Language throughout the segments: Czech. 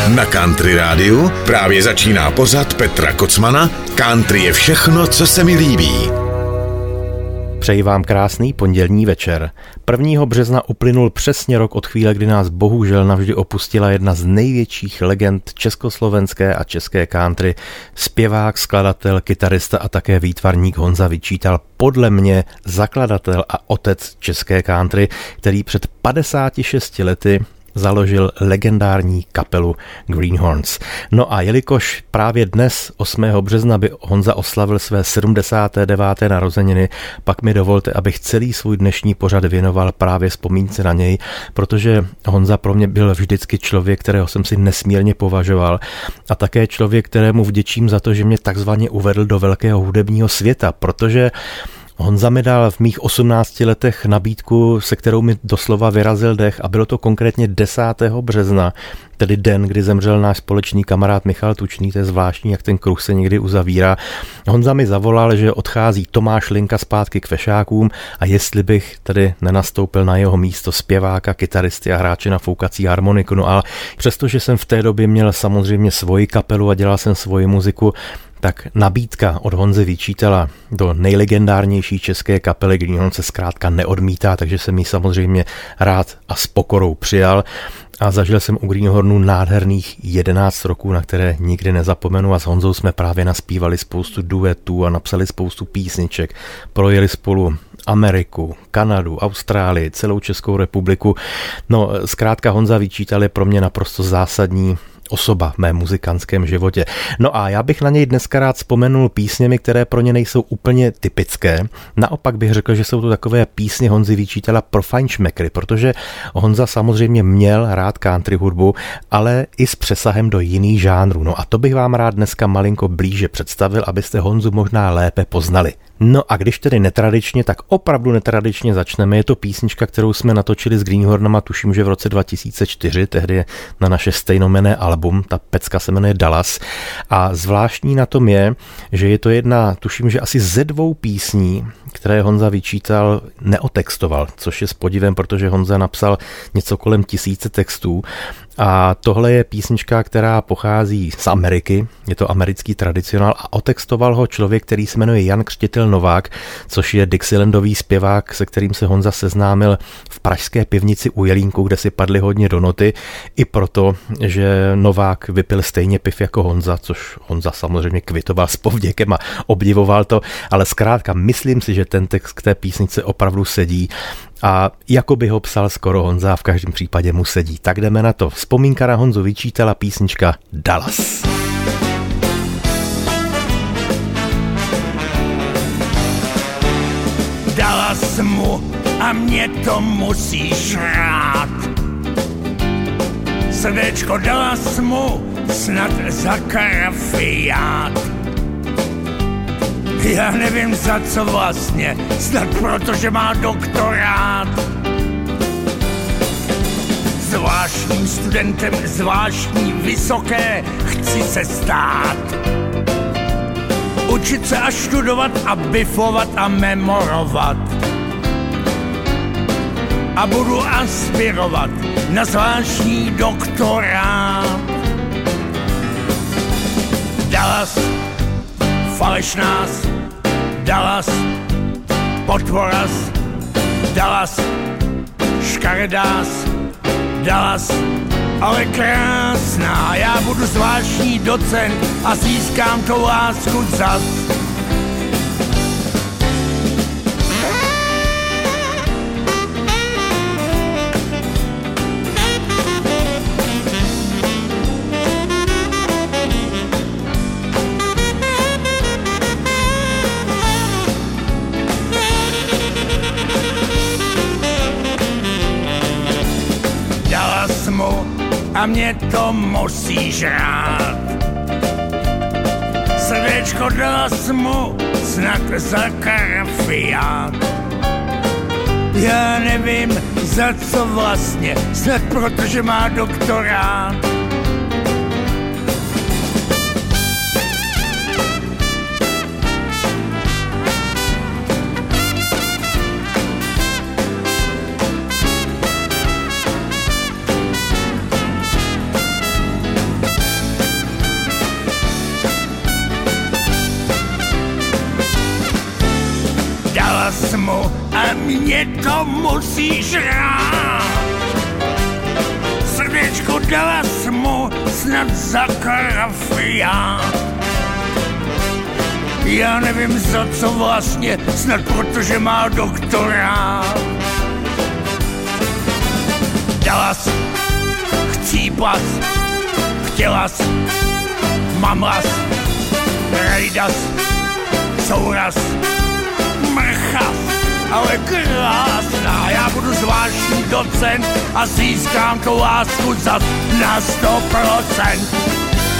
Na Country rádiu právě začíná pořad Petra Kocmana Country je všechno, co se mi líbí. Přeji vám krásný pondělní večer. 1. března uplynul přesně rok od chvíle, kdy nás bohužel navždy opustila jedna z největších legend československé a české country, zpěvák, skladatel, kytarista a také výtvarník Honza Vyčítal, podle mě zakladatel a otec české country, který před 56 lety založil legendární kapelu Greenhorns. No a jelikož právě dnes, 8. března, by Honza oslavil své 79. narozeniny, pak mi dovolte, abych celý svůj dnešní pořad věnoval právě vzpomínce na něj, protože Honza pro mě byl vždycky člověk, kterého jsem si nesmírně považoval a také člověk, kterému vděčím za to, že mě takzvaně uvedl do velkého hudebního světa, protože Honza mi dal v mých 18 letech nabídku, se kterou mi doslova vyrazil dech, a bylo to konkrétně 10. března, tedy den, kdy zemřel náš společný kamarád Michal Tučný. To je zvláštní, jak ten kruh se někdy uzavírá. Honza mi zavolal, že odchází Tomáš Linka zpátky k fešákům a jestli bych tedy nenastoupil na jeho místo zpěváka, kytaristy a hráče na foukací harmoniku. No a přestože jsem v té době měl samozřejmě svoji kapelu a dělal jsem svoji muziku, tak nabídka od Honzy Vyčítala do nejlegendárnější české kapely Greenhorns se zkrátka neodmítá, takže jsem ji samozřejmě rád a s pokorou přijal a zažil jsem u Greenhornů nádherných 11 roků, na které nikdy nezapomenu, a s Honzou jsme právě naspívali spoustu duetů a napsali spoustu písniček, projeli spolu Ameriku, Kanadu, Austrálii, celou Českou republiku. No zkrátka Honza Vyčítal je pro mě naprosto zásadní osoba v mém muzikantském životě. No a já bych na něj dneska rád vzpomenul písněmi, které pro ně nejsou úplně typické. Naopak bych řekl, že jsou to takové písně Honzy Vyčítala pro fajnšmekry, protože Honza samozřejmě měl rád country hudbu, ale i s přesahem do jiných žánrů. No a to bych vám rád dneska malinko blíže představil, abyste Honzu možná lépe poznali. No a když tedy netradičně, tak opravdu netradičně začneme. Je to písnička, kterou jsme natočili s Greenhornama, tuším, že v roce 2004, tehdy na naše stejnomenné album, ta pecka se jmenuje Dallas. A zvláštní na tom je, že je to jedna, tuším, že asi ze 2 písní, které Honza Vyčítal neotextoval, což je s podivem, protože Honza napsal něco kolem 1000 textů. A tohle je písnička, která pochází z Ameriky, je to americký tradicionál a otextoval ho člověk, který se jmenuje Jan Křtitel Novák, což je Dixielandový zpěvák, se kterým se Honza seznámil v pražské pivnici u Jelínku, kde si padli hodně do noty, i proto, že Novák vypil stejně piv jako Honza, což Honza samozřejmě kvitoval s povděkem a obdivoval to, ale zkrátka myslím si, že ten text k té písnice opravdu sedí a jako by ho psal skoro Honza, v každém případě mu sedí. Tak jdeme na to. Vzpomínka na Honzu Vyčítala, písnička Dallas. Dallas mu a mě to musíš rád. Srdéčko Dallas mu snad za karafiát. Já nevím za co vlastně, snad protože má doktorát. Zvláštním studentem, zvláštní vysoké, chci se stát. Učit se a studovat a bifovat a memorovat. A budu aspirovat na zvláštní doktorát. Dallas, falešnář, Dallas, potvoraz, Dallas, škaredás, Dallas, ale krásná. Já budu zvláštní docent a získám tou lásku zas. A mě to musíš rád. Srdéčko Dallas mu snad za karafiát. Já nevím za co vlastně, snad protože má doktorát. mu a mě to musíš rád. Srdečko dala mu snad za karafiát. Já nevím za co vlastně, snad protože má doktorát. Dalas, chcíplas, chtělas, mamlas, rejdas, souras, mrchas, ale krásná. Já budu zvláštní docent a získám tu lásku zas na 100%.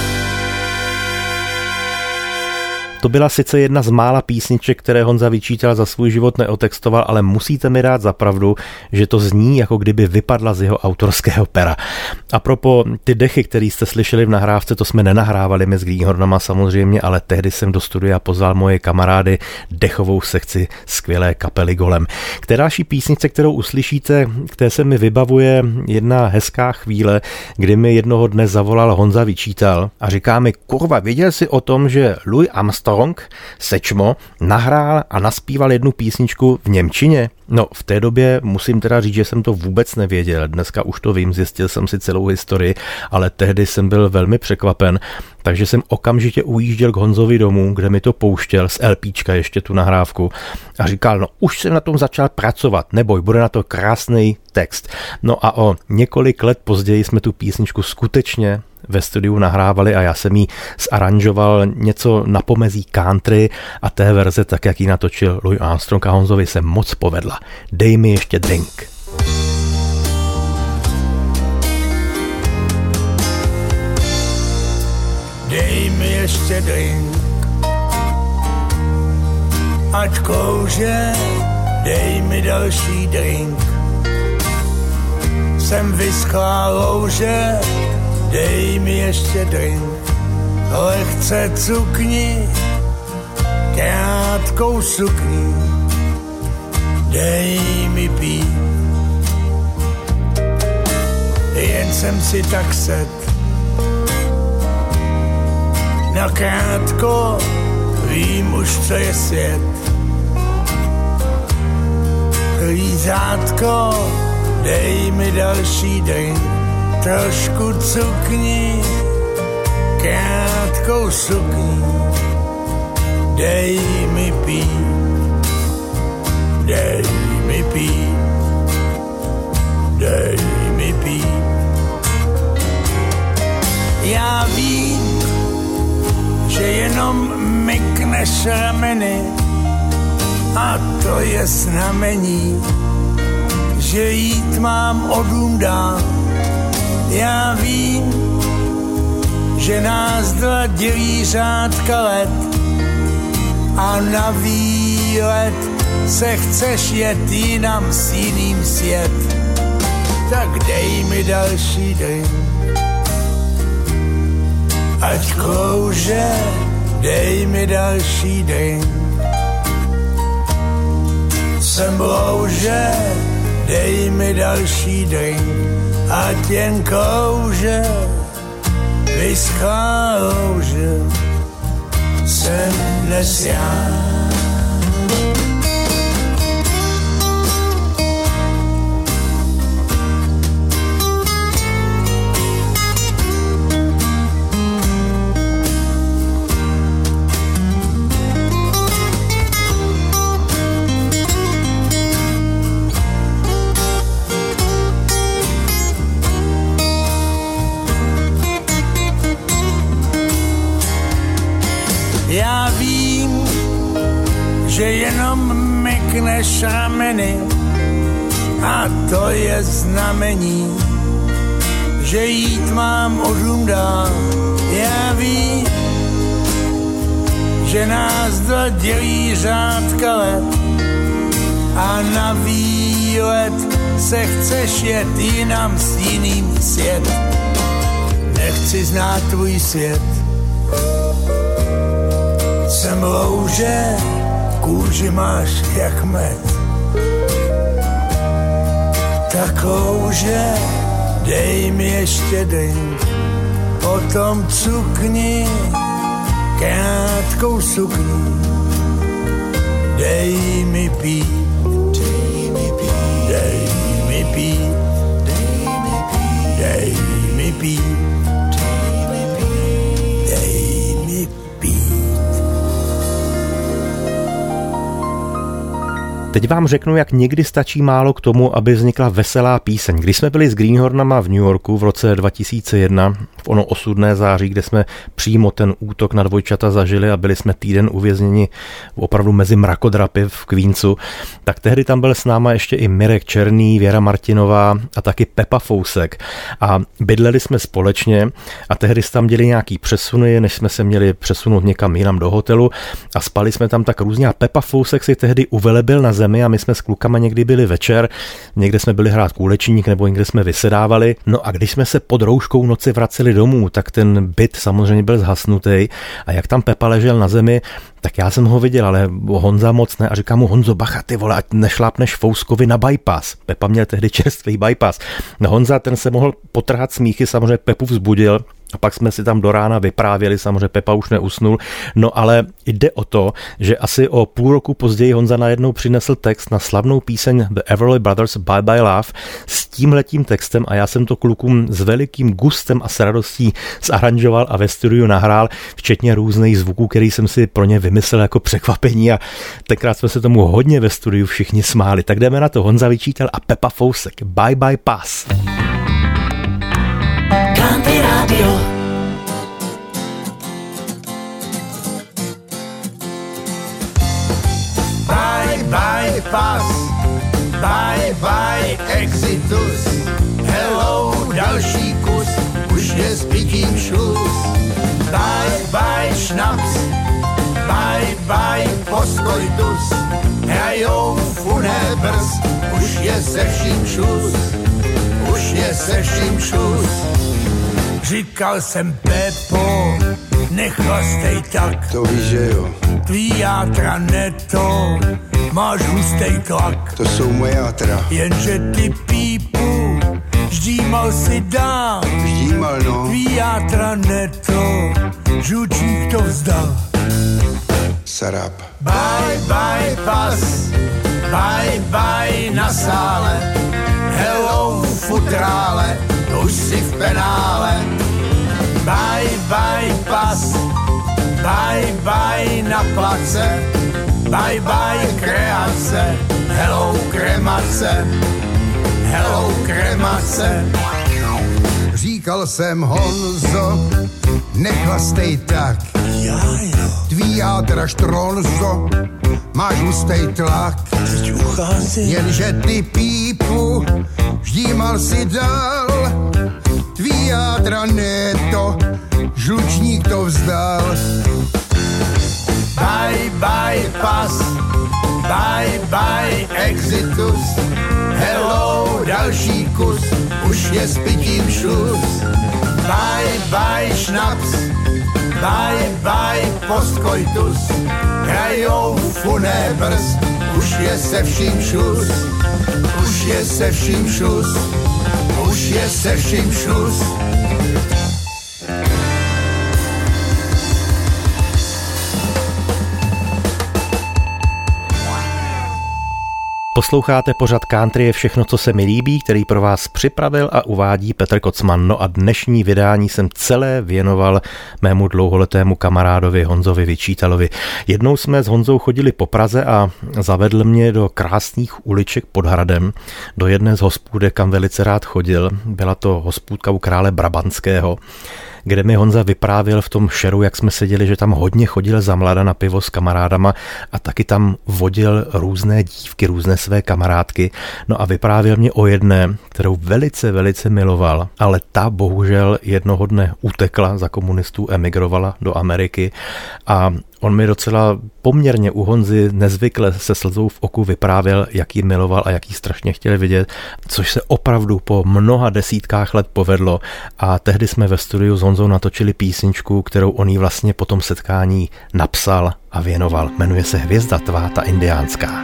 To byla sice jedna z mála písniček, které Honza Vyčítal za svůj život neotextoval, ale musíte mi dát za pravdu, že to zní, jako kdyby vypadla z jeho autorského pera. A propos ty dechy, které jste slyšeli v nahrávce, to jsme nenahrávali my s Greenhornama samozřejmě, ale tehdy jsem do studia pozval moje kamarády dechovou sekci skvělé kapely Golem. K té další písničce, kterou uslyšíte, které se mi vybavuje jedna hezká chvíle, kdy mi jednoho dne zavolal Honza Vyčítal a říká mi: kurva, věděl jsi o tom, že Louis Armstrong Sečmo nahrál a naspíval jednu písničku v němčině? No, v té době musím teda říct, že jsem to vůbec nevěděl. Dneska už to vím, zjistil jsem si celou historii, ale tehdy jsem byl velmi překvapen, takže jsem okamžitě ujížděl k Honzovi domů, kde mi to pouštěl z LPčka ještě tu nahrávku a říkal: no už jsem na tom začal pracovat, neboj, bude na to krásný text. No a o několik let později jsme tu písničku skutečně ve studiu nahrávali a já jsem jí zaranžoval něco na pomezí country a té verze, tak jak ji natočil Louis Armstrong, a Honzovi se moc povedla. Dej mi ještě drink. Dej mi ještě drink, ať klouže, dej mi další drink. Jsem vyschlá louže, dej mi ještě drink. Lehce cukni, krátkou sukni, dej mi pít. Jen jsem si tak set, nakrátko vím už, co je svět. Lízátko, dej mi další drink. Trošku cukni, krátkou sukni, dej mi pít, dej mi pít, dej mi pít. Já vím, že jenom mykneš rameny a to je znamení, že jít mám o dům dál. Já vím, že nás dva dělí řádka let a na výlet se chceš jet jinam s jiným svět. Tak dej mi další drink, ať klouže, dej mi další drink. Jsem louže, dej mi další drink. Ať jen klouže, vyschlá louže, jsem dnes já. Já vím, že jenom mykneš rameny a to je znamení, že jít mám o dům dál. Já vím, že nás dva dělí řádka let a na výlet se chceš jet jinam s jiným svět. Nechci znát tvůj svět. Jsem louže, kůži máš jak med. Tak louže, dej mi ještě drink. Potom cukni, krátkou sukni, dej mi pít. pít, dej mi pít, dej mi pít, dej mi pít, dej mi pít. Teď vám řeknu, jak někdy stačí málo k tomu, aby vznikla veselá píseň. Když jsme byli s Greenhornama v New Yorku v roce 2001, v ono osudné září, kde jsme přímo ten útok na dvojčata zažili a byli jsme týden uvězněni opravdu mezi mrakodrapy v Queensu, tak tehdy tam byl s náma ještě i Mirek Černý, Věra Martinová a taky Pepa Fousek. A bydleli jsme společně a tehdy se tam děli nějaký přesuny, než jsme se měli přesunout někam jinam do hotelu a spali jsme tam tak různě a Pepa Fousek si tehdy uvelebil na zemi a my jsme s klukama někdy byli večer, někde jsme byli hrát kůlečník nebo někde jsme vysedávali. No a když jsme se pod rouškou noci vraceli domů, tak ten byt samozřejmě byl zhasnutý a jak tam Pepa ležel na zemi, tak já jsem ho viděl, ale Honza moc ne a říkám mu: Honzo, bacha, ty vole, ať nešlápneš Fouskovi na bypass. Pepa měl tehdy čerstvý bypass. No Honza, ten se mohl potrhat smíchy, samozřejmě Pepu vzbudil. A pak jsme si tam do rána vyprávěli, samozřejmě Pepa už neusnul. No ale jde o to, že asi o půl roku později Honza najednou přinesl text na slavnou píseň The Everly Brothers Bye Bye Love s tímhletím textem a já jsem to klukům s velikým gustem a s radostí zaranžoval a ve studiu nahrál, včetně různých zvuků, který jsem si pro ně vymyslel jako překvapení a tenkrát jsme se tomu hodně ve studiu všichni smáli. Tak jdeme na to. Honza Vyčítal a Pepa Fousek. Bye Bye Pass. Country Radio. Bye bye pass, bye bye exitus, hello další kus, už je s pitím šluz. Bye bye šnaps, bye bye postkoitus, hrajou funebrs, už je se vším šluz, už je se vším šluz. Říkal jsem Pepo, nechlastej tak. To víš, že jo. Tvý játra neto, máš hustej tlak. To jsou moje játra. Jenže ty pípu, ždímal si dál. Ždímal, no. Tvý játra neto, žučník to vzdal. Sarap. Bye bye pas, bye bye na sále. Hello futrále, to už si v penále. Bye bye pas, bye bye na place. Bye bye kreace, hello kremace. Hello kremace. Říkal jsem Honzo, nechlastej tak. Tvý játra štronzo, máš hustej tlak. Jenže ty pípu, ždímal si dál. Tvý játra neto, žlučník to vzdal. Bye bye pas, bye bye exitus. Hello další kus, už je s pitím šluz. Bye bye šnaps, bye bye postkoitus. Hrajou funebrs, už je se vším šluz. Už je se vším šluz. Už je se vším šluz. Posloucháte pořad Country je všechno, co se mi líbí, který pro vás připravil a uvádí Petr Kocman. No a dnešní vydání jsem celé věnoval mému dlouholetému kamarádovi Honzovi Vyčítalovi. Jednou jsme s Honzou chodili po Praze a zavedl mě do krásných uliček pod hradem, do jedné z hospůdek, kam velice rád chodil. Byla to hospůdka u krále Brabantského, kde mi Honza vyprávěl v tom šeru, jak jsme seděli, že tam hodně chodil za mlada na pivo s kamarádama a taky tam vodil různé dívky, různé své kamarádky. No a vyprávěl mě o jedné, kterou velice, velice miloval, ale ta bohužel jednoho dne utekla za komunistů, emigrovala do Ameriky a on mi docela poměrně u Honzy nezvykle se slzou v oku vyprávěl, jak ji miloval a jak ji strašně chtěl vidět, což se opravdu po mnoha desítkách let povedlo a tehdy jsme ve studiu s Honzou natočili písničku, kterou on jí vlastně po tom setkání napsal a věnoval. Jmenuje se Hvězda tvá ta indiánská.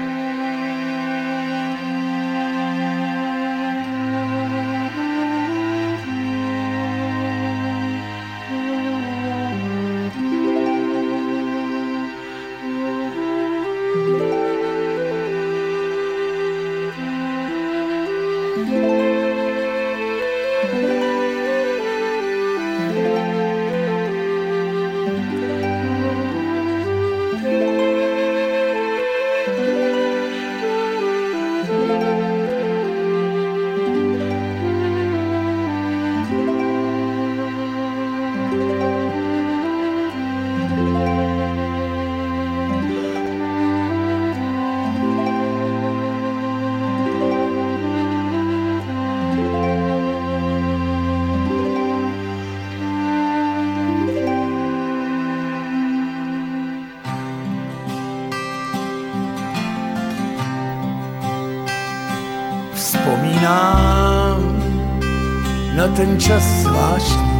Yeah. ten čas zvláštní.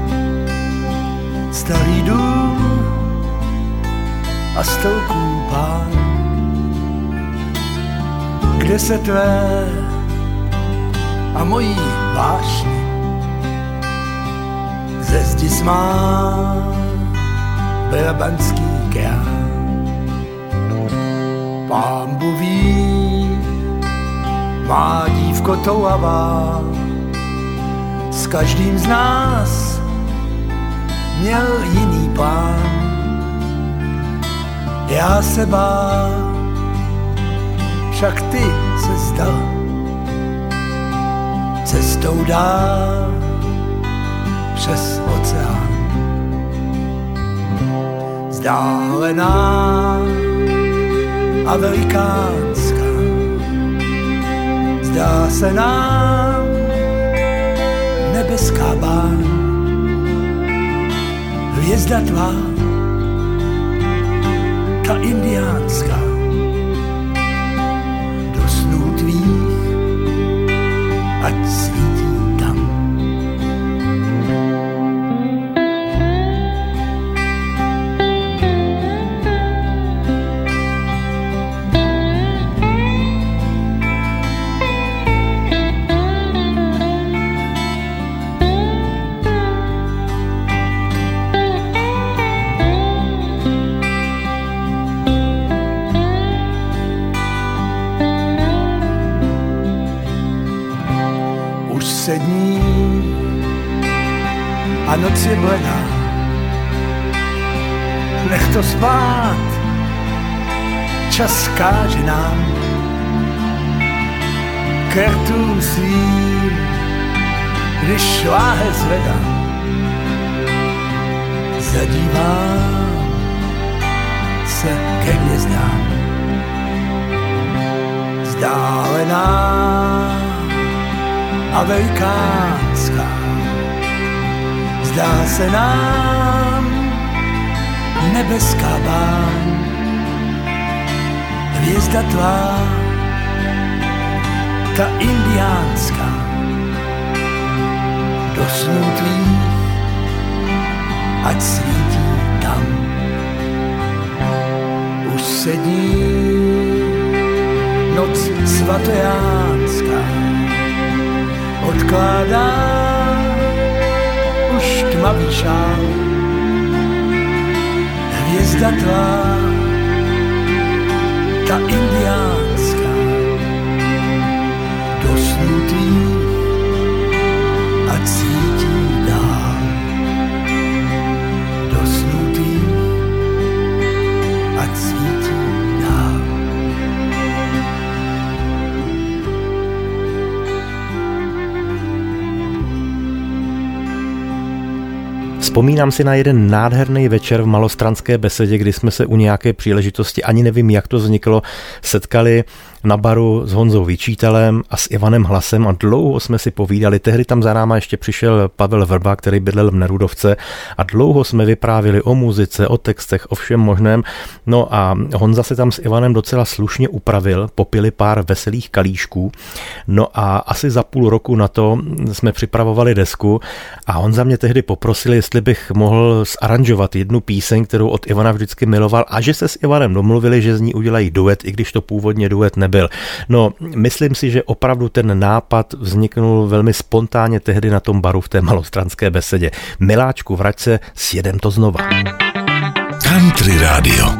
Starý dům a stolků pán, kde se tvé a mojí vášně ze zdi smá brabantský král. Pánbu ví, má dívko touhavá, s každým z nás měl jiný plán. Já se bál, však ty se zdal cestou dál přes oceán. Vzdálená a velikánská, zdá se nám nebeská bán. Hvězda tvá, ta indiánská, do snů tvých ať svítí tam. Dní a noc je bledá, nech to spát, čas káže nám. Krtům svým, když láhev zvedám, zadívám se ke hvězdám. Vzdálená a velikánská, zdá se nám nebeská bán. Hvězda tvá, ta indiánská, do snů tvých ať svítí tam. Už sedí noc svatojánská, odkládá už tmavý šál. Hvězda tvá, ta indiánská, do snů tvých ať svítí dál. Do snů tvých ať svítí dál. Vzpomínám si na jeden nádherný večer v Malostranské besedě, kdy jsme se u nějaké příležitosti, ani nevím, jak to vzniklo, setkali na baru s Honzou Vyčítalem a s Ivanem Hlasem a dlouho jsme si povídali. Tehdy tam za náma ještě přišel Pavel Vrba, který bydlel v Nerudovce, a dlouho jsme vyprávěli o muzice, o textech, o všem možném. No a Honza se tam s Ivanem docela slušně upravil, popili pár veselých kalíšků. No a asi za půl roku na to jsme připravovali desku a Honza mě tehdy poprosil, jestli bych mohl zaranžovat jednu píseň, kterou od Ivana vždycky miloval, a že se s Ivanem domluvili, že z ní udělají duet, i když to původně duet nebyl. No, myslím si, že opravdu ten nápad vzniknul velmi spontánně tehdy na tom baru v té Malostranské besedě. Miláčku, vrať se, sjedem to znova. Country Radio.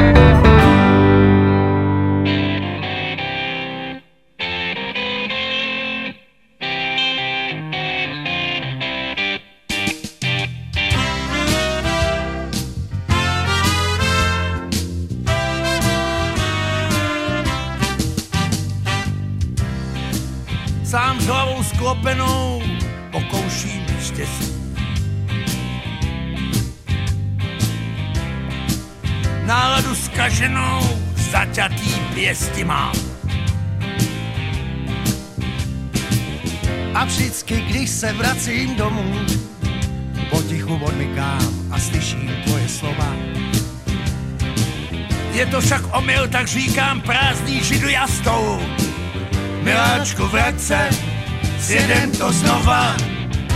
Sám s hlavou sklopenou pokouším štěstí. Náladu zkaženou, zaťatý pěsti mám. A vždycky, když se vracím domů, potichu odmykám a slyším tvoje slova. Je to však omyl, tak říkám prázdný židu jastou. Miláčku, vrať se, sjedem to znova.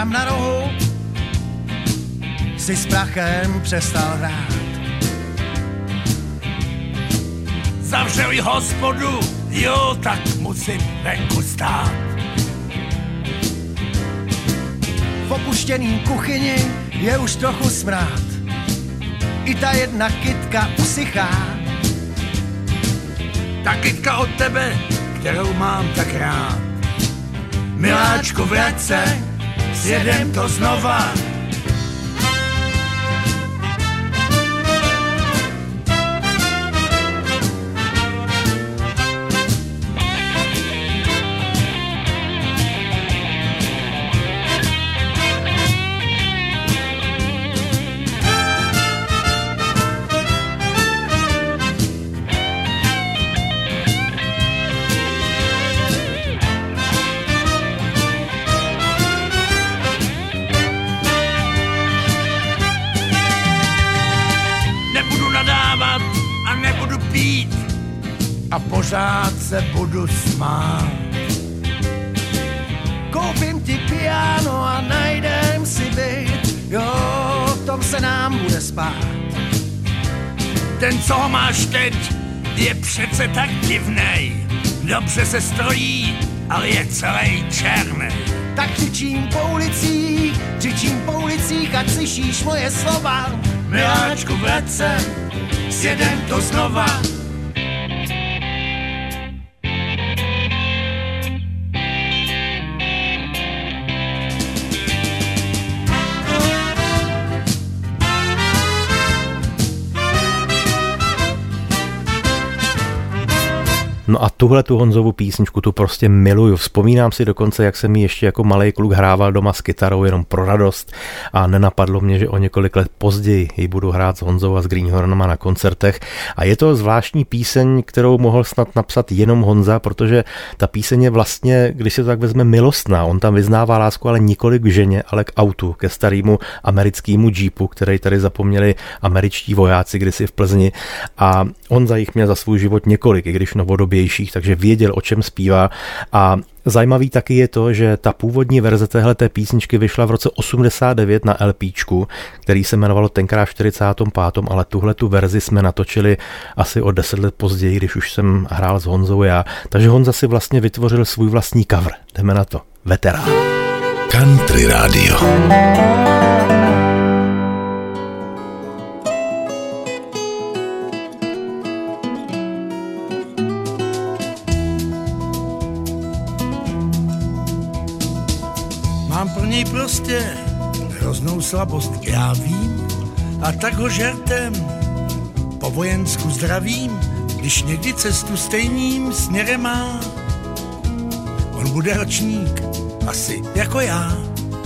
tam na rohu si s prachem přestal hrát. Zavřeli hospodu, jo, tak musím venku stát. V opuštěný kuchyni je už trochu smrad. I ta jedna kytka usychá. Ta kytka od tebe, kterou mám tak rád. Miláčku, vrať se, sjedem to znova. A pořád se budu smát. Koupím ti piano a najdem si byt, jo, v tom se nám bude spát. Ten, co ho máš teď, je přece tak divnej. Dobře se strojí, ale je celý černý. Tak křičím po ulicích, ať slyšíš moje slova. Miláčku, vrať se, sjedem to znova. No a tuhle tu Honzovu písničku tu prostě miluju. Vzpomínám si dokonce, jak jsem ji ještě jako malej kluk hrával doma s kytarou jenom pro radost a nenapadlo mě, že o několik let později ji budu hrát s Honzou a s Greenhornama na koncertech. A je to zvláštní píseň, kterou mohl snad napsat jenom Honza, protože ta píseň je vlastně, když se to tak vezme, milostná. On tam vyznává lásku, ale nikoli k ženě, ale k autu, ke starému americkému Jeepu, který tady zapomněli američtí vojáci kdysi v Plzni. A Honza jich měl za svůj život několik, i když novodobějších, takže věděl, o čem zpívá. A zajímavý taky je to, že ta původní verze téhleté písničky vyšla v roce 89 na LPčku, který se jmenovalo tenkrát 45. ale tuhle tu verzi jsme natočili asi o 10 let později, když už jsem hrál s Honzou já. Takže Honza si vlastně vytvořil svůj vlastní cover. Jdeme na to. Veterán. Country Radio. Mám pro něj prostě hroznou slabost, já vím, a tak ho žertem po vojensku zdravím, když někdy cestu stejným směrem má. On bude ročník, asi jako já.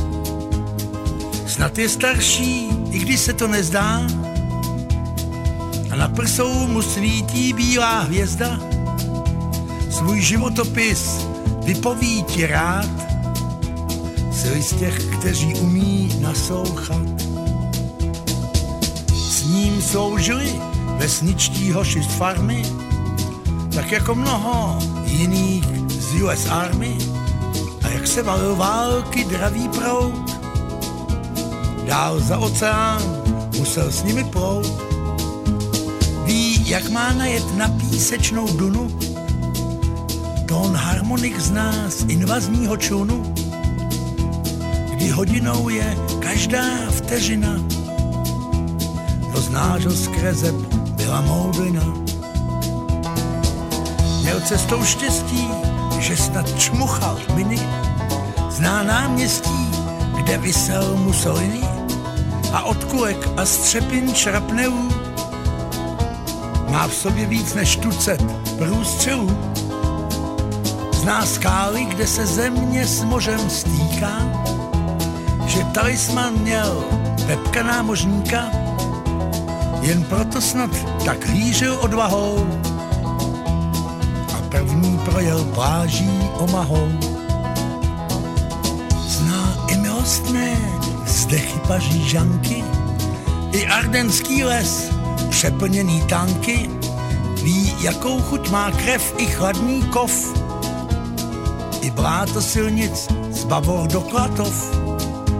Snad je starší, i když se to nezdá. A na prsou mu svítí bílá hvězda. Svůj životopis vypoví ti rád. Jsi z těch, kteří umí naslouchat. S ním sloužili vesničtí hoši z farmy, tak jako mnoho jiných z US Army. A jak se valil války dravý proud, dál za oceán musel s nimi plout. Ví, jak má najet na písečnou dunu, tón harmonik zná z invazního člunu, kdy hodinou je každá vteřina. Dozná, že z kreseb byla moudrina. Měl cestou štěstí, že snad čmuchal miny, zná náměstí, kde visel Mussolini, a od kulek a střepin šrapnelů má v sobě víc než tucet průstřelů. Zná skály, kde se země s mořem stýká, že talisman měl Pepka námořníka, jen proto snad tak hýřil odvahou a první projel pláží Omahou. Zná i milostné vzdechy Pařížanky, i ardenský les přeplněný tanky, ví, jakou chuť má krev i chladný kov, i bláto silnic z Bavor do Klatov.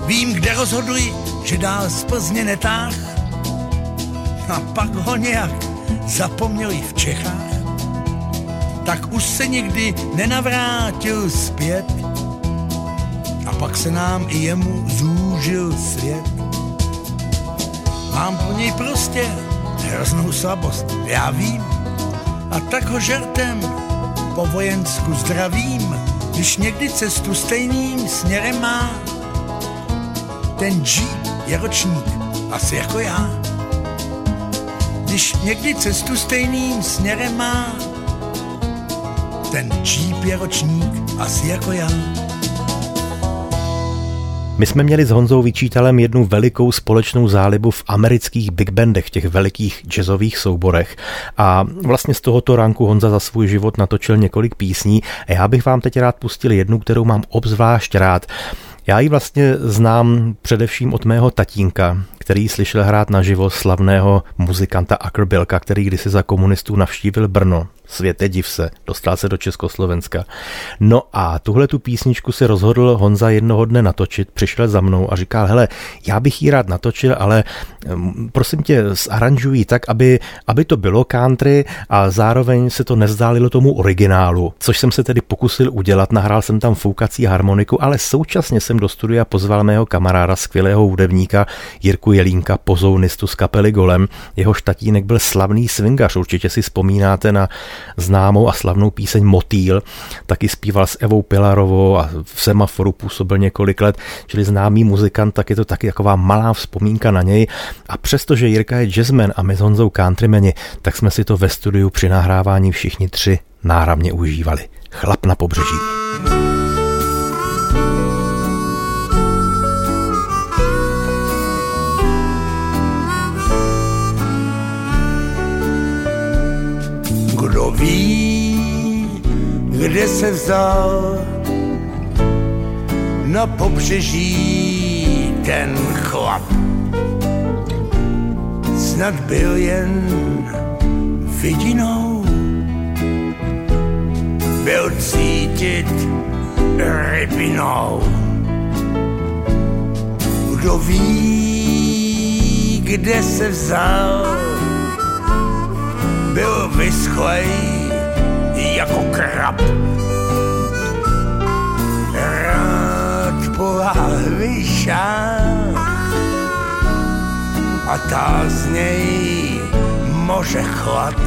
Vím, kde rozhoduji, že dál z Plzně netáh. A pak ho nějak zapomněli v Čechách. Tak už se nikdy nenavrátil zpět. A pak se nám i jemu zúžil svět. Mám pro něj prostě hroznou slabost, já vím. A tak ho žertem po vojensku zdravím, když někdy cestu stejným směrem má. Ten Jeep je ročník, asi jako já. Když někdy cestu stejným směrem má. Ten Jeep je ročník, asi jako já. My jsme měli s Honzou Vyčítalem jednu velikou společnou zálibu v amerických big bandech, těch velikých jazzových souborech. A vlastně z tohoto ranku Honza za svůj život natočil několik písní a já bych vám teď rád pustil jednu, kterou mám obzvlášť rád. Já ji vlastně znám především od mého tatínka, který slyšel hrát naživo slavného muzikanta Ackerbillka, který kdysi za komunistů navštívil Brno. Světe div se, dostal se do Československa. No a tuhle tu písničku se rozhodl Honza jednoho dne natočit, přišel za mnou a říkal, hele, já bych ji rád natočil, ale prosím tě, zaranžuj tak, aby to bylo country a zároveň se to nevzdálilo tomu originálu, což jsem se tedy pokusil udělat, nahrál jsem tam foukací harmoniku, ale současně jsem do studia pozval mého kamaráda, skvělého hudebníka Jirku Jelínka, pozounistu z kapely Golem. Jeho tatínek byl slavný swingař, určitě si vzpomínáte na známou a slavnou píseň Motýl, taky zpíval s Evou Pilarovou a v Semaforu působil několik let, čili známý muzikant, tak je to taky taková malá vzpomínka na něj. A přestože Jirka je jazzman a my s Honzou countrymeni, tak jsme si to ve studiu při nahrávání všichni tři náramně užívali. Chlap na pobřeží. Kdo ví, kde se vzal na pobřeží ten chlap. Snad byl jen vidinou, byl cítit rybinou. Kdo ví, kde se vzal, byl vyschlej jako krab. Rád po láhvi šáh a tál z něj moře chlad.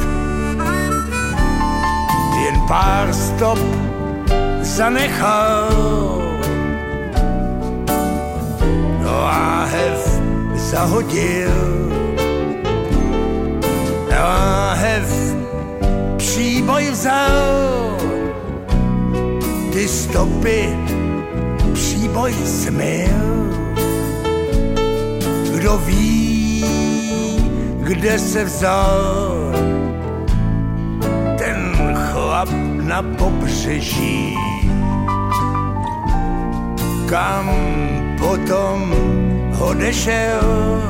Jen pár stop zanechal, láhev zahodil, láhev příboj vzal, ty stopy příboj smyl. Kdo ví, kde se vzal ten chlap na pobřeží, kam potom odešel,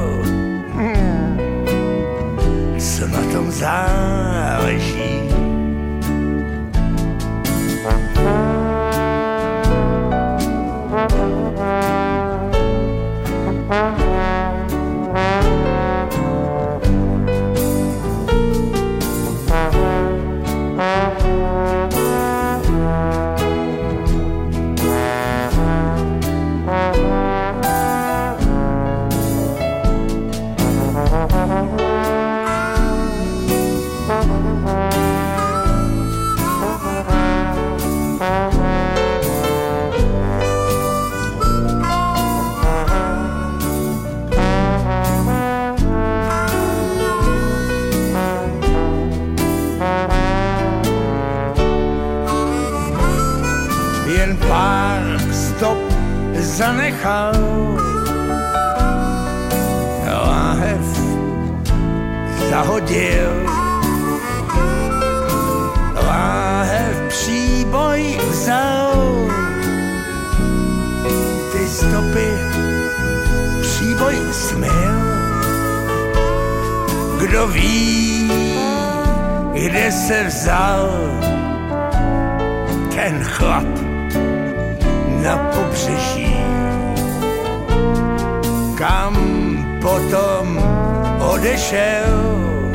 co na tom záleží. Jen pár stop zanechal, láhev zahodil, láhev příboj vzal, ty stopy příboj smyl. Kdo ví, kde se vzal ten chlap na pobřeží. potom odešel.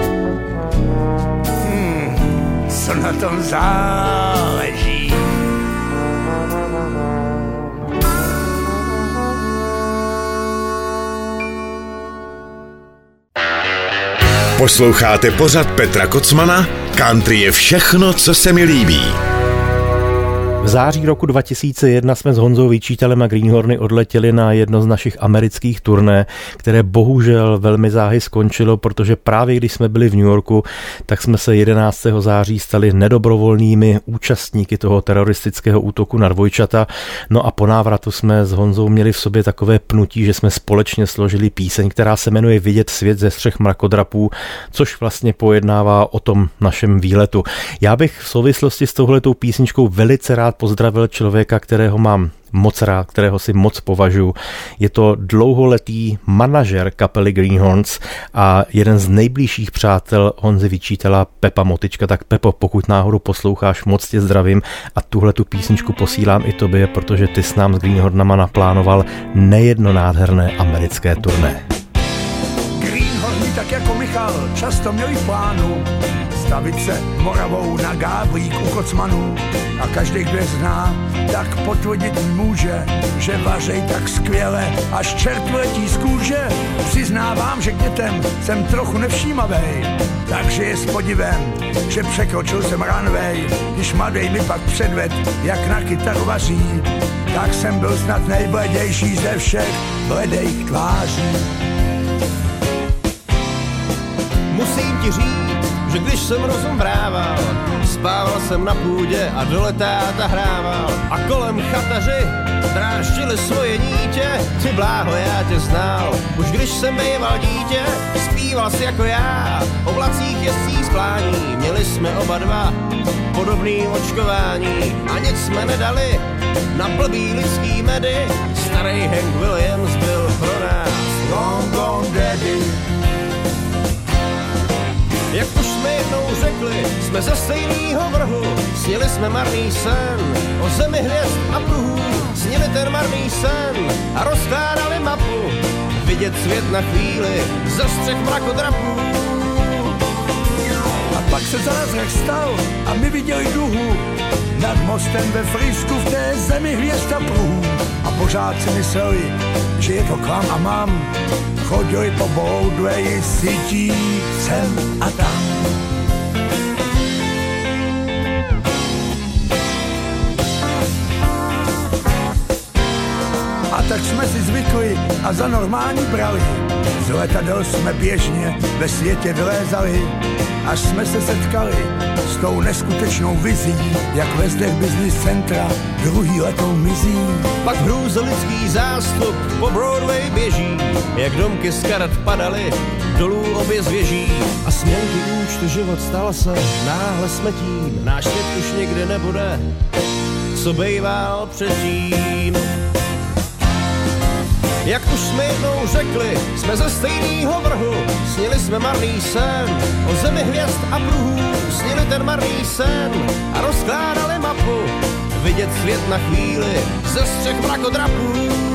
Co na tom záleží? Posloucháte pořad Petra Kocmana? Country je všechno, co se mi líbí. V září roku 2001 jsme s Honzou Vyčítalem a Greenhorny odletěli na jedno z našich amerických turné, které bohužel velmi záhy skončilo, protože právě když jsme byli v New Yorku, tak jsme se 11. září stali nedobrovolnými účastníky toho teroristického útoku na dvojčata. No a po návratu jsme s Honzou měli v sobě takové pnutí, že jsme společně složili píseň, která se jmenuje Vidět svět ze střech mrakodrapů, což vlastně pojednává o tom našem výletu. Já bych v souvislosti s touhletou písničkou velice rád pozdravil člověka, kterého mám moc rád, kterého si moc považuji. Je to dlouholetý manažer kapely Greenhorns a jeden z nejbližších přátel Honzy Vyčítala, Pepa Motyčka. Tak Pepo, pokud náhodou posloucháš, moc tě zdravím a tuhle tu písničku posílám i tobě, protože ty s nám s Greenhornama naplánoval nejedno nádherné americké turné. Greenhorny, tak jako Michal, často měli v plánu stavit se Moravou na Gábrík u Kocmanů. A každý, kdo je zná, tak potvrdit může, že vařej tak skvěle, až čert letí z kůže. Přiznávám, že k dětem jsem trochu nevšímavej, takže je s podivem, že překročil jsem runway. Když mladej mi pak předved, jak na kytaru vaří, tak jsem byl snad nejbledější ze všech bledejch tváří. Musím ti říct, že když jsem rozum brával, spával jsem na půdě a dole táta hrával. A kolem chataři dráždili svoje dítě, ty bláho, já tě znal. Už když jsem býval dítě, zpíval jsi jako já, o vlacích jezdcí splání. Měli jsme oba dva podobný očkování a nic jsme nedali na blbý lidský medy. Starý Hank Williams byl pro nás long gone daddy. Jak už jsme jednou řekli, jsme ze stejnýho vrhu, snili jsme marný sen o zemi hvězd a pruhů, snili ten marný sen a rozkládali mapu, vidět svět na chvíli ze střech mrakodrapů. A pak se zázrak stal a my viděli duhu nad mostem ve Frisku v té zemi hvězd a pruhů. A pořád si mysleli, že je to klam a mám, chodili po Broadwayi sítí sem a tam. A tak jsme si zvykli a za normální brali. Z letadel jsme běžně ve světě vylézali, až jsme se setkali s tou neskutečnou vizí, jak ve zdech business centra druhý letou mizí. Pak hrůze lidský zástup po Broadway běží, jak domky z karet padaly dolů obě zvěží. A směnky účtu život stal se náhle smetím, náš svět už nikdy nebude, co bejval předtím. Jak už jsme jednou řekli, jsme ze stejnýho vrhu, snili jsme marný sen o zemi hvězd a pruhů, snili ten marný sen a rozkládali mapu, vidět svět na chvíli ze střech mrakodrapů.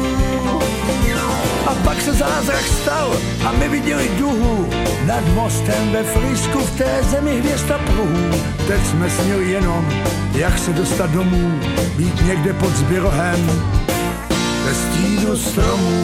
A pak se zázrak stal a my viděli duhu nad mostem ve Frisku v té zemi hvězd a pruhů. Teď jsme snili jenom, jak se dostat domů, být někde pod zběrohem ve stínu stromů.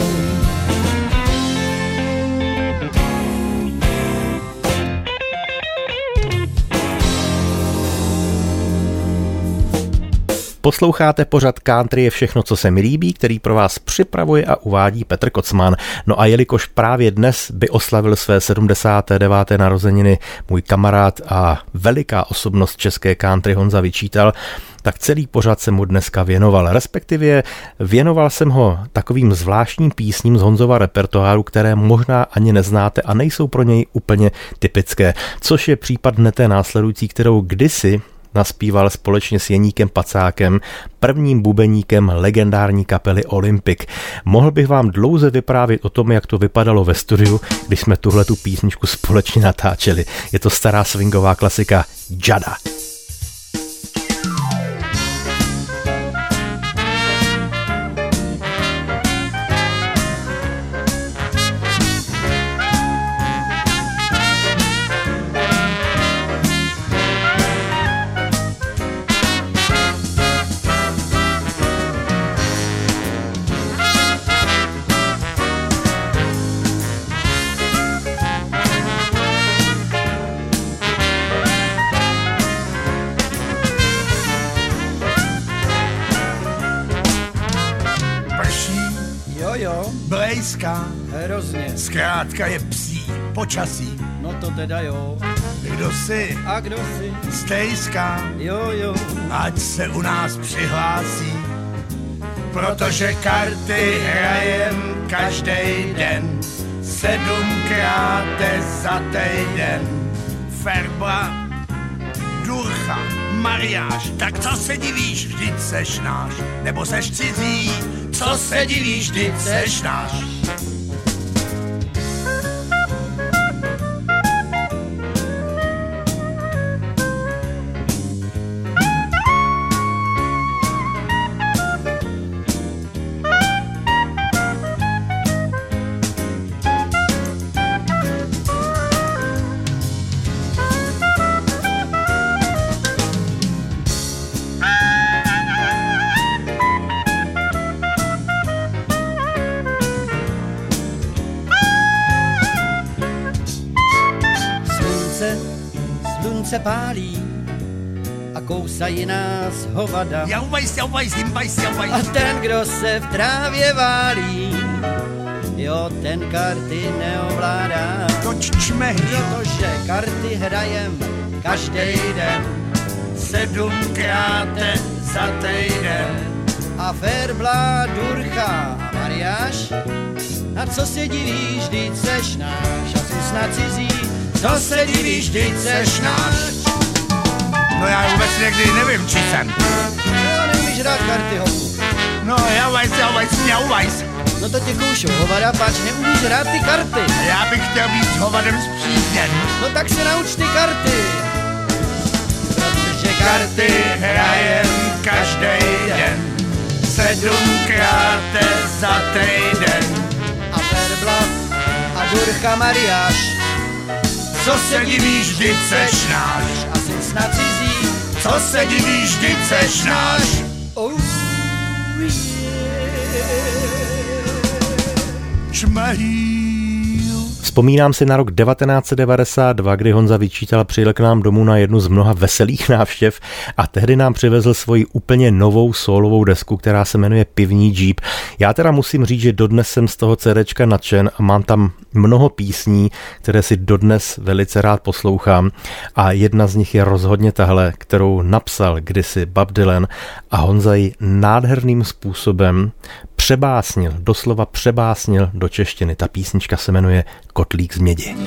Posloucháte pořad Country je všechno, co se mi líbí, který pro vás připravuje a uvádí Petr Kocman. No a jelikož právě dnes by oslavil své 79. narozeniny můj kamarád a veliká osobnost české country Honza Vyčítal, tak celý pořad jsem mu dneska věnoval. Respektive věnoval jsem ho takovým zvláštním písním z Honzova repertoáru, které možná ani neznáte a nejsou pro něj úplně typické, což je případ hned následující, kterou kdysi naspíval společně s Jeníkem Pacákem, prvním bubeníkem legendární kapely Olympic. Mohl bych vám dlouze vyprávět o tom, jak to vypadalo ve studiu, když jsme tuhletu písničku společně natáčeli. Je to stará swingová klasika Jada. stejská, Hrozně. zkrátka je psí počasí. No to teda jo. Kdo si A kdo si? stejská, Jo. ať se u nás přihlásí, protože karty hrajem každý den, 7krát za týden. Ferbla, Durcha, Mariáš, tak co se divíš, vždyť seš náš, nebo seš cizí, co se divíš, vždyť seš náš. Slunce pálí a kousají nás hovada. Jauvajs, himbajs. A ten, kdo se v trávě válí, jo, ten karty neovládá. Toč čmehni, Protože karty hrajem každý den, 7krát za týden. a Ferbla, Durcha a Mariáš. A co se divíš, vždyť seš náš, a jsi snad cizí. Co se divíš, vždyť seš náš. No já vůbec někdy nevím, či jsem. Jo, neumíš hrát karty, hopu. No jauvajs. No to tě koušu, hovada, pač neumíš hrát ty karty. Já bych chtěl být s hovadem zpřízněn. No tak si nauč ty karty. Protože Karty hrajem každý den, 7krát za týden. a Ferbla a Durcha Mariáš. Co se divíš, vždyť seš náš. A jsi snad cizí. Co se divíš, vždyť seš náš. Oh, Čmahýl. Vzpomínám si na rok 1992, kdy Honza Vyčítal přijel k nám domů na jednu z mnoha veselých návštěv a tehdy nám přivezl svoji úplně novou sólovou desku, která se jmenuje Pivní džíp. Já teda musím říct, že dodnes jsem z toho CDčka nadšen a mám tam mnoho písní, které si dodnes velice rád poslouchám a jedna z nich je rozhodně tahle, kterou napsal kdysi Bob Dylan a Honza ji nádherným způsobem přebásnil, doslova přebásnil do češtiny. Ta písnička se jmenuje Kotlík z mědi.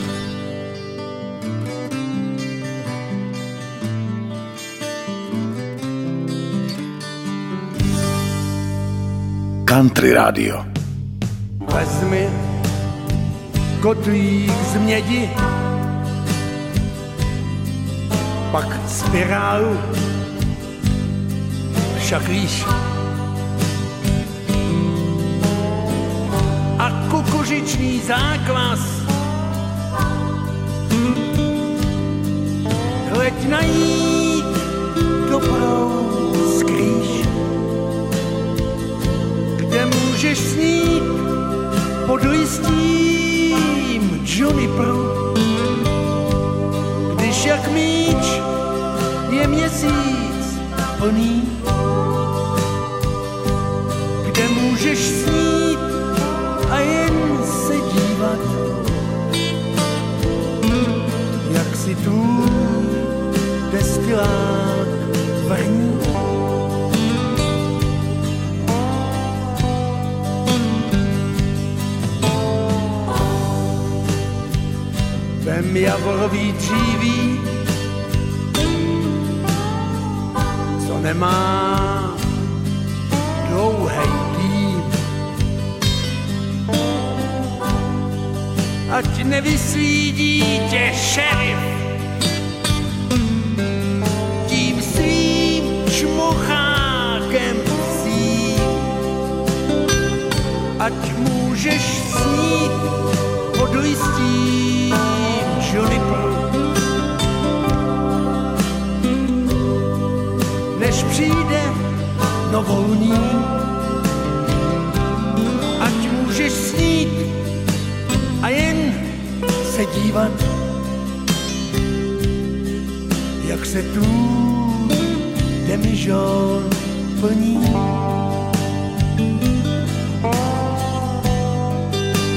Country Radio. Vezmi kotlík z mědi, pak spirálu, však víš, a kukuřičný záklas. Leď najít dobrou skrýš, kde můžeš snít pod listím juniperu, když jak míč je měsíc plný, kde můžeš snít a jen se dívat, jak si tu destilák vrní. Vem javorový dříví, co nemá dlouhej dým, ať nevysvídí tě šerif tím svým čmochákem psím, ať můžeš snít pod listím juniperu, než přijde novolní, ať můžeš snít a jen se dívat, jak se tu demižon plní.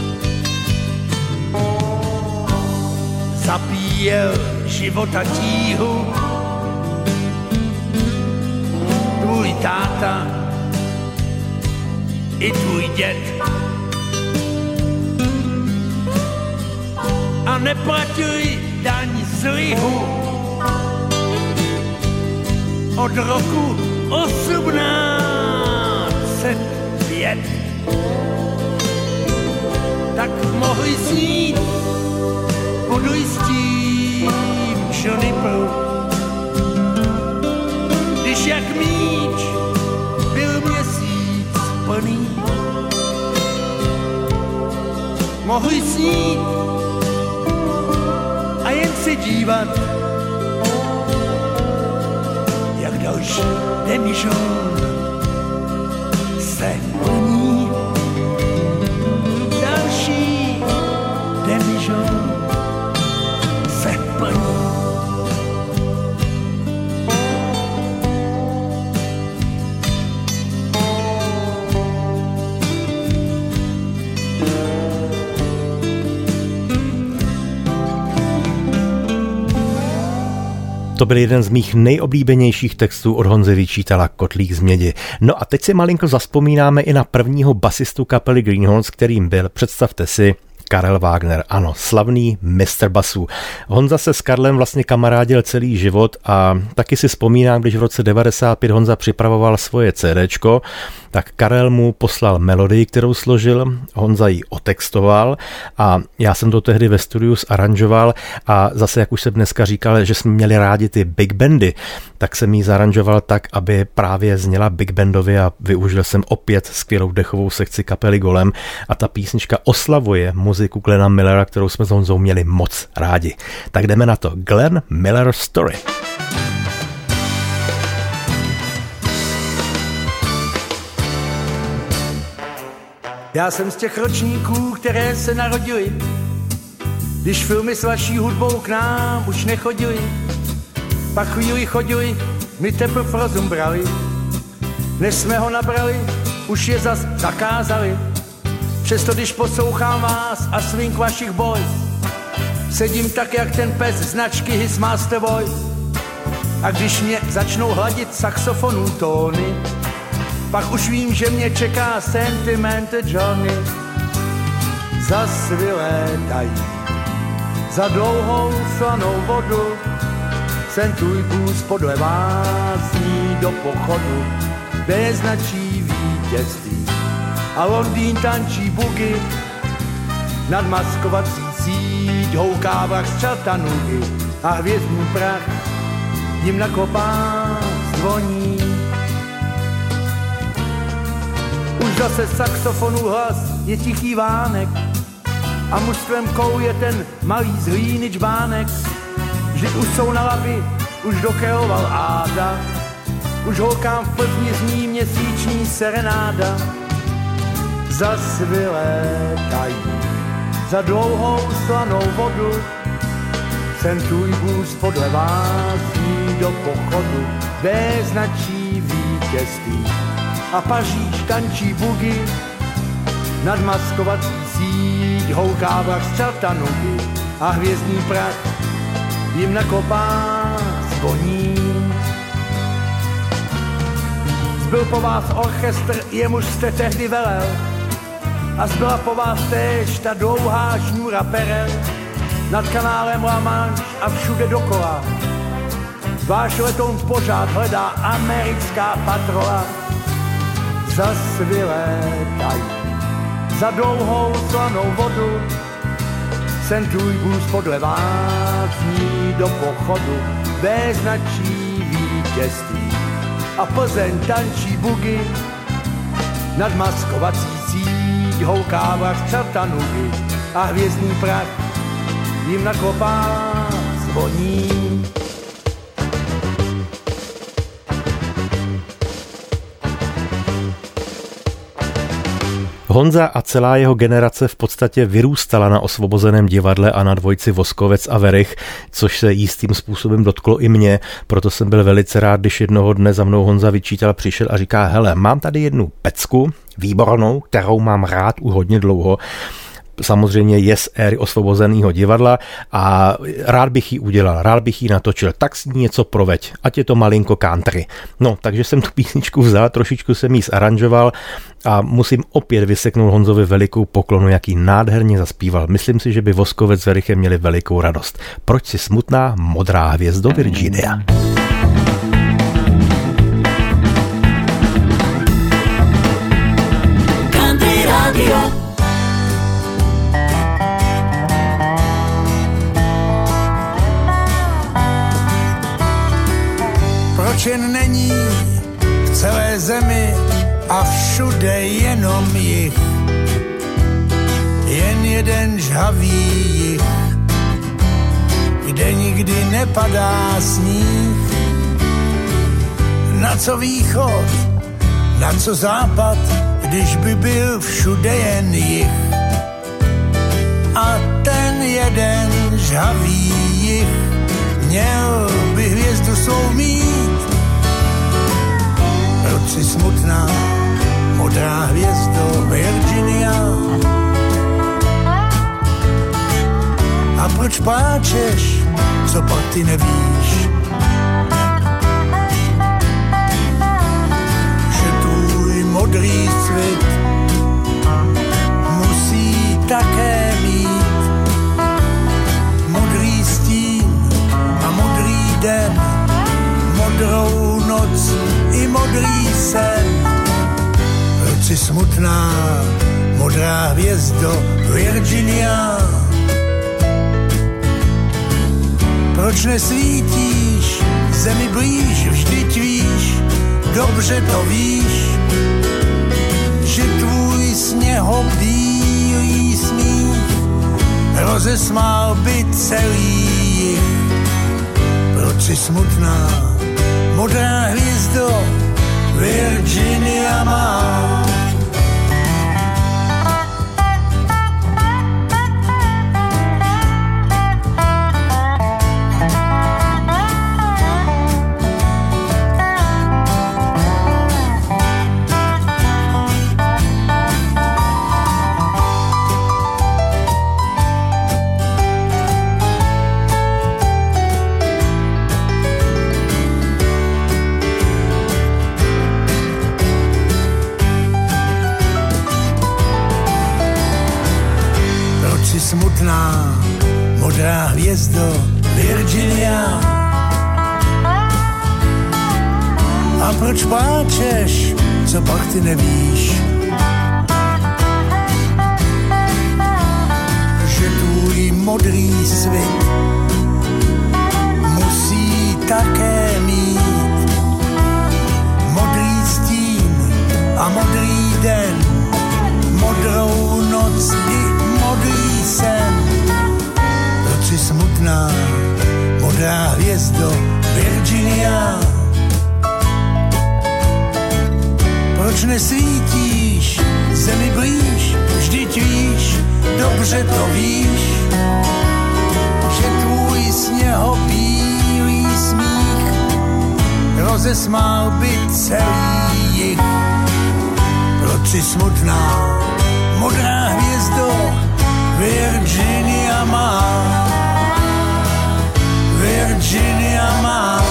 jel života tíhu. Tvůj táta i tvůj děd a neplatili daň z lihu od roku 1805. Tak mohli snít podujistím Johnny Pearl, když jak míč byl měsíc plný. Mohli snít a jen se dívat, jak další demižon se plní. Další demižon se plní. To byl jeden z mých nejoblíbenějších textů od Honzy Vyčítala, Kotlík z mědi. No a teď si malinko zazpomínáme i na prvního basistu kapely Greenhorns, kterým byl, představte si, Karel Wagner, ano, slavný mistr basů. Honza se s Karlem vlastně kamarádil celý život a taky si vzpomínám, když v roce 95 Honza připravoval svoje CDčko, tak Karel mu poslal melodii, kterou složil, Honza ji otextoval a já jsem to tehdy ve studiu zaranžoval a zase, jak už jsem dneska říkal, že jsme měli rádi ty big bandy, tak jsem ji zaranžoval tak, aby právě zněla big bandově a využil jsem opět skvělou dechovou sekci kapely Golem a ta písnička oslavuje muziku Glena Millera, kterou jsme s Honzou měli moc rádi. Tak jdeme na to. Glenn Miller Story. Já jsem z těch ročníků, které se narodili, když filmy s vaší hudbou k nám už nechodili. Pak chvíli chodili, my teprv rozum brali, než jsme ho nabrali, už je zas zakázali. Přesto když poslouchám vás a svink vašich boys, sedím tak jak ten pes značky His Master Voice. A když mě začnou hladit saxofonů tóny, pak už vím, že mě čeká Sentimental Johnny. Zas vylétají za dlouhou slanou vodu, sen tvůj bůz podle vás zní do pochodu, kde značí vítězství a Londýn tančí bugy, nad maskovací síť houká vrah z Chattanoogy a hvězdný prach jim na kopách zvoní. Už zase saxofonu hlas je tichý vánek a mužstvem kouje ten malý z hlíny čbánek. Vždyť už jsou na laby, už dokreoval Áda, už holkám v Plzni zní měsíční serenáda. Zas vylétají za dlouhou slanou vodu, sen tvůj vůz podle vás zní do pochodu, kde značí vítězství a Paříž tančí bugy, nad maskovací síť houká vrah z Chattanoogy a hvězdný prach jim na kopách zvoní. Zbyl po vás orchestr, jemuž jste tehdy velel, a zbyla po vás též ta dlouhá šňůra perel nad kanálem La Manche a všude dokola. Váš letoun pořád hledá americká patrola. Zas vylétají za dlouhou slanou vodu, sen tvůj vůz podle vás zní do pochodu, kde značí vítězství a Plzeň tančí bugy, nad maskovací síť houká vrah z Chattanoogy a hvězdný prach jim na kopách zvoní. Honza a celá jeho generace v podstatě vyrůstala na Osvobozeném divadle a na dvojici Voskovec a Werich, což se jistým způsobem dotklo i mě, proto jsem byl velice rád, když jednoho dne za mnou Honza Vyčítal přišel a říká: hele, mám tady jednu pecku výbornou, kterou mám rád už hodně dlouho. samozřejmě je z éry Osvobozeného divadla a rád bych ji udělal, rád bych ji natočil, tak s ní něco proveď, ať je to malinko country. No, takže jsem tu písničku vzal, trošičku jsem ji zaranžoval a musím opět vyseknout Honzovi velikou poklonu, jaký nádherně zaspíval. Myslím si, že by Voskovec s Verichem měli velikou radost. Proč si smutná, modrá hvězdo Virginia? Country Radio. Proč jen není v celé zemi a všude jenom jich, jen jeden žhavý jich, kde nikdy nepadá sníh. Na co východ, na co západ, když by byl všude jen jich. A ten jeden žhavý jich měl by hvězdu svou mít. Proč si smutná, modrá hvězdo Virginia? A proč pláčeš, co pak ty nevíš? Že tvůj modrý svět musí také mít modrý stín a modrý den, modrou noc i modrý sen. Proč si smutná, modrá hvězdo Virginia? Proč nesvítíš zemi blíž, vždyť víš, dobře to víš, že tvůj sněhobílý smích rozesmál by celý jich. Proč si smutná, modrá hvězdo Virginia má? Smutná, modrá hvězdo Virginia. A proč pláčeš, co pak ty nevíš? Že tvůj modrý svět musí také mít modrý stín a modrý den, modrou noc i modrý sen. Proč si smutná, modrá hvězdo Virginia? Proč nesvítíš zemi blíž, vždyť víš, dobře to víš, že tvůj sněhobílý smích rozesmál by celý jich. Proč si smutná, modrá hvězdo Virginia má? Virginia má.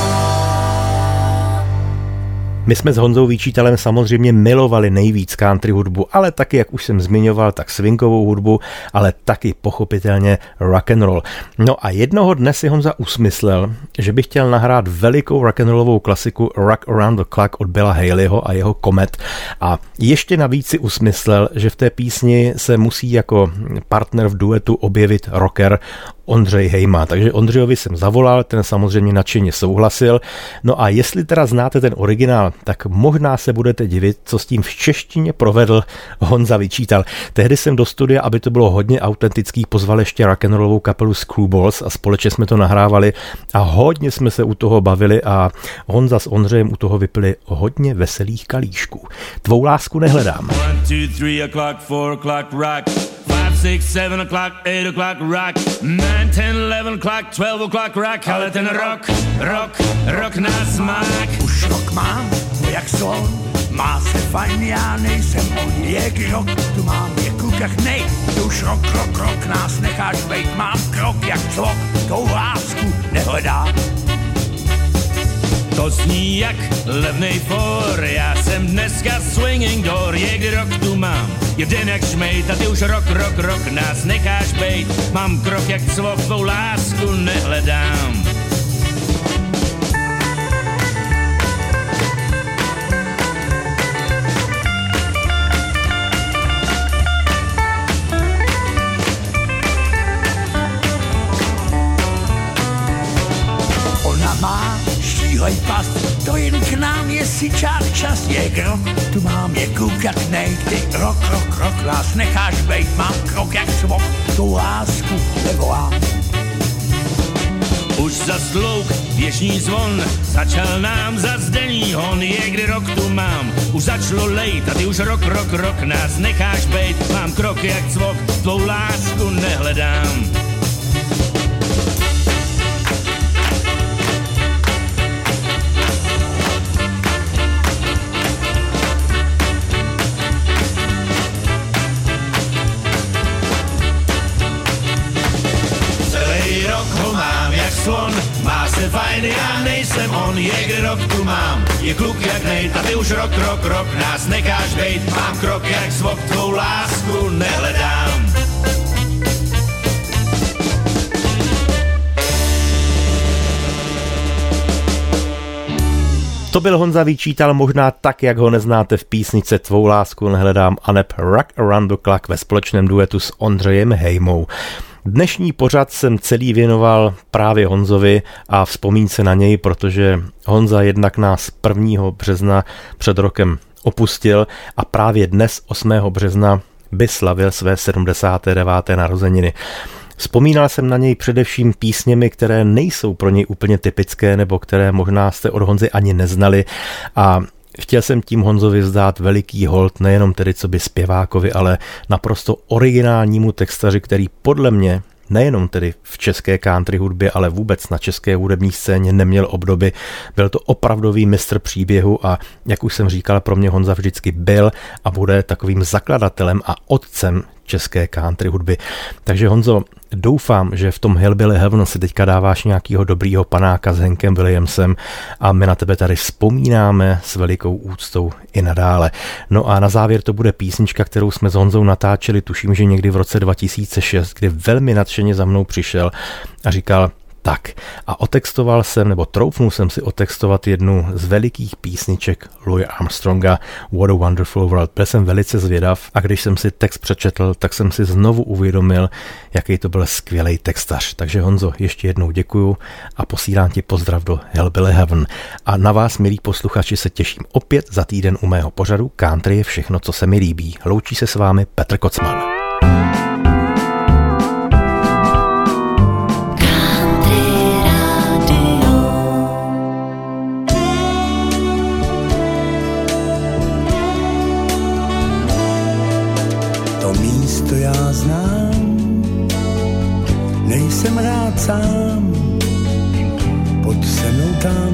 My jsme s Honzou Vyčítalem samozřejmě milovali nejvíc country hudbu, ale taky, jak už jsem zmiňoval, tak swingovou hudbu, ale taky pochopitelně rock and roll. No a jednoho dne si Honza usmyslel, že by chtěl nahrát velikou rock and rollovou klasiku Rock Around the Clock od Billa Haleyho a jeho Comet. A ještě navíc si usmyslel, že v té písni se musí jako partner v duetu objevit rocker Ondřej Hejma. Takže Ondřejovi jsem zavolal, ten samozřejmě nadšeně souhlasil. No a jestli teda znáte ten originál, tak možná se budete divit, co s tím v češtině provedl Honza Vyčítal. Tehdy jsem do studia, aby to bylo hodně autentický, pozval ještě rock'n'rollovou kapelu Screwballs a společně jsme to nahrávali a hodně jsme se u toho bavili a Honza s Ondřejem u toho vypili hodně veselých kalíšků. Tvou lásku nehledám. 1, 2, 3 o'clock, 4 o'clock, rock. 5, 6, 7 o'clock, 8 o'clock, rock. 9, 10, 11 o'clock, 12 o'clock, rock. Ale ten rock nás mák. Už rok mám, jak slon, má se fajn, já nejsem on. Jak rok tu mám, je kluk všechny, ty už rok nás necháš bejt, mám krok jak cvok, tou lásku nehledám. To zní jak levnej for, já jsem dneska swinging door, je kdy rok tu mám, je den jak šmejt a ty už rok nás necháš bejt, mám krok jak cvok, tvou lásku nehledám. Ona má štíhlej pas, to jen k nám je sičák čas, je krok, tu mám je kluk jak nej, ty rok nás necháš bejt, mám krok jak cvok, tu lásku nevolám. Už zaslouk věžní zvon, začal nám zazdený hon, je kdy rok tu mám, už začalo lejt a ty už rok nás necháš bejt, mám krok jak cvok, tvou lásku nehledám. Slon, má se fajn, já nejsem on, je kdy rok tu mám, je kluk jak nejt a ty už rok nás necháš bejt, mám krok jak svok, tvou lásku nehledám. To byl Honza Vyčítal možná tak, jak ho neznáte v písnice Tvou lásku nehledám aneb Rock Around the Clock ve společném duetu s Ondřejem Hejmou. Dnešní pořad jsem celý věnoval právě Honzovi a vzpomínce na něj, protože Honza jednak nás 1. března před rokem opustil a právě dnes 8. března by slavil své 79. narozeniny. Vzpomínal jsem na něj především písněmi, které nejsou pro něj úplně typické nebo které možná jste od Honzy ani neznali a chtěl jsem tím Honzovi vzdát veliký hold, nejenom tedy co by zpěvákovi, ale naprosto originálnímu textaři, který podle mě nejenom tedy v české country hudbě, ale vůbec na české hudební scéně neměl obdoby. Byl to opravdový mistr příběhu a jak už jsem říkal, pro mě Honza vždycky byl a bude takovým zakladatelem a otcem české country hudby. Takže Honzo, doufám, že v tom Hillbilly Heaven si teďka dáváš nějakýho dobrýho panáka s Hankem Williamsem a my na tebe tady vzpomínáme s velikou úctou i nadále. No a na závěr to bude písnička, kterou jsme s Honzou natáčeli, tuším, že někdy v roce 2006, kdy velmi nadšeně za mnou přišel a říkal: tak a otextoval jsem, nebo troufnul jsem si otextovat jednu z velikých písniček Louis Armstronga What a Wonderful World. Byl jsem velice zvědav a když jsem si text přečetl, tak jsem si znovu uvědomil, jaký to byl skvělý textař. Takže Honzo, ještě jednou děkuju a posílám ti pozdrav do Hillbilly Heaven. A na vás, milí posluchači, se těším opět za týden u mého pořadu Country je všechno, co se mi líbí. Loučí se s vámi Petr Kocman. To já znám, nejsem rád sám, pojď se mnou tam,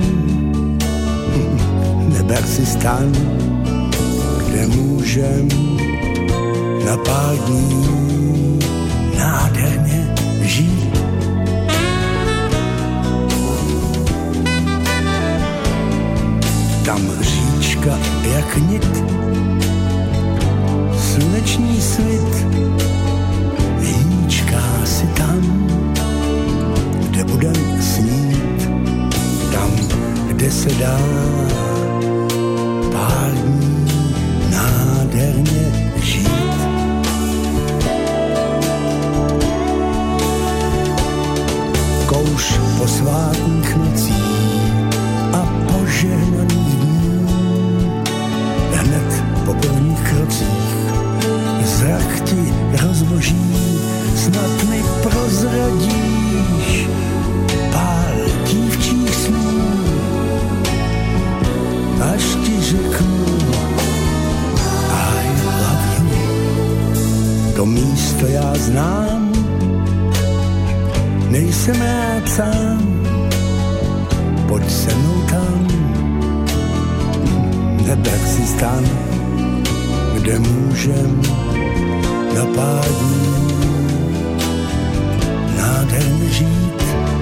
neber si stan, kde můžem na pár dní nádherně žít. Tam říčka jak nit, sluneční svit, hýčká si tam, kde budem snít, tam, kde se dá pár dní nádherně žít. Kouš posvátných nocí a požehnaných dní, hned po prvních krocích zrak ti rozloží, snad mi prozradíš pár dívčích snů, až ti řeknu I love you. To místo já znám, nejsem rád sám, pojď se mnou tam, neber si stan, kde můžem za pár dní. Nádherně žít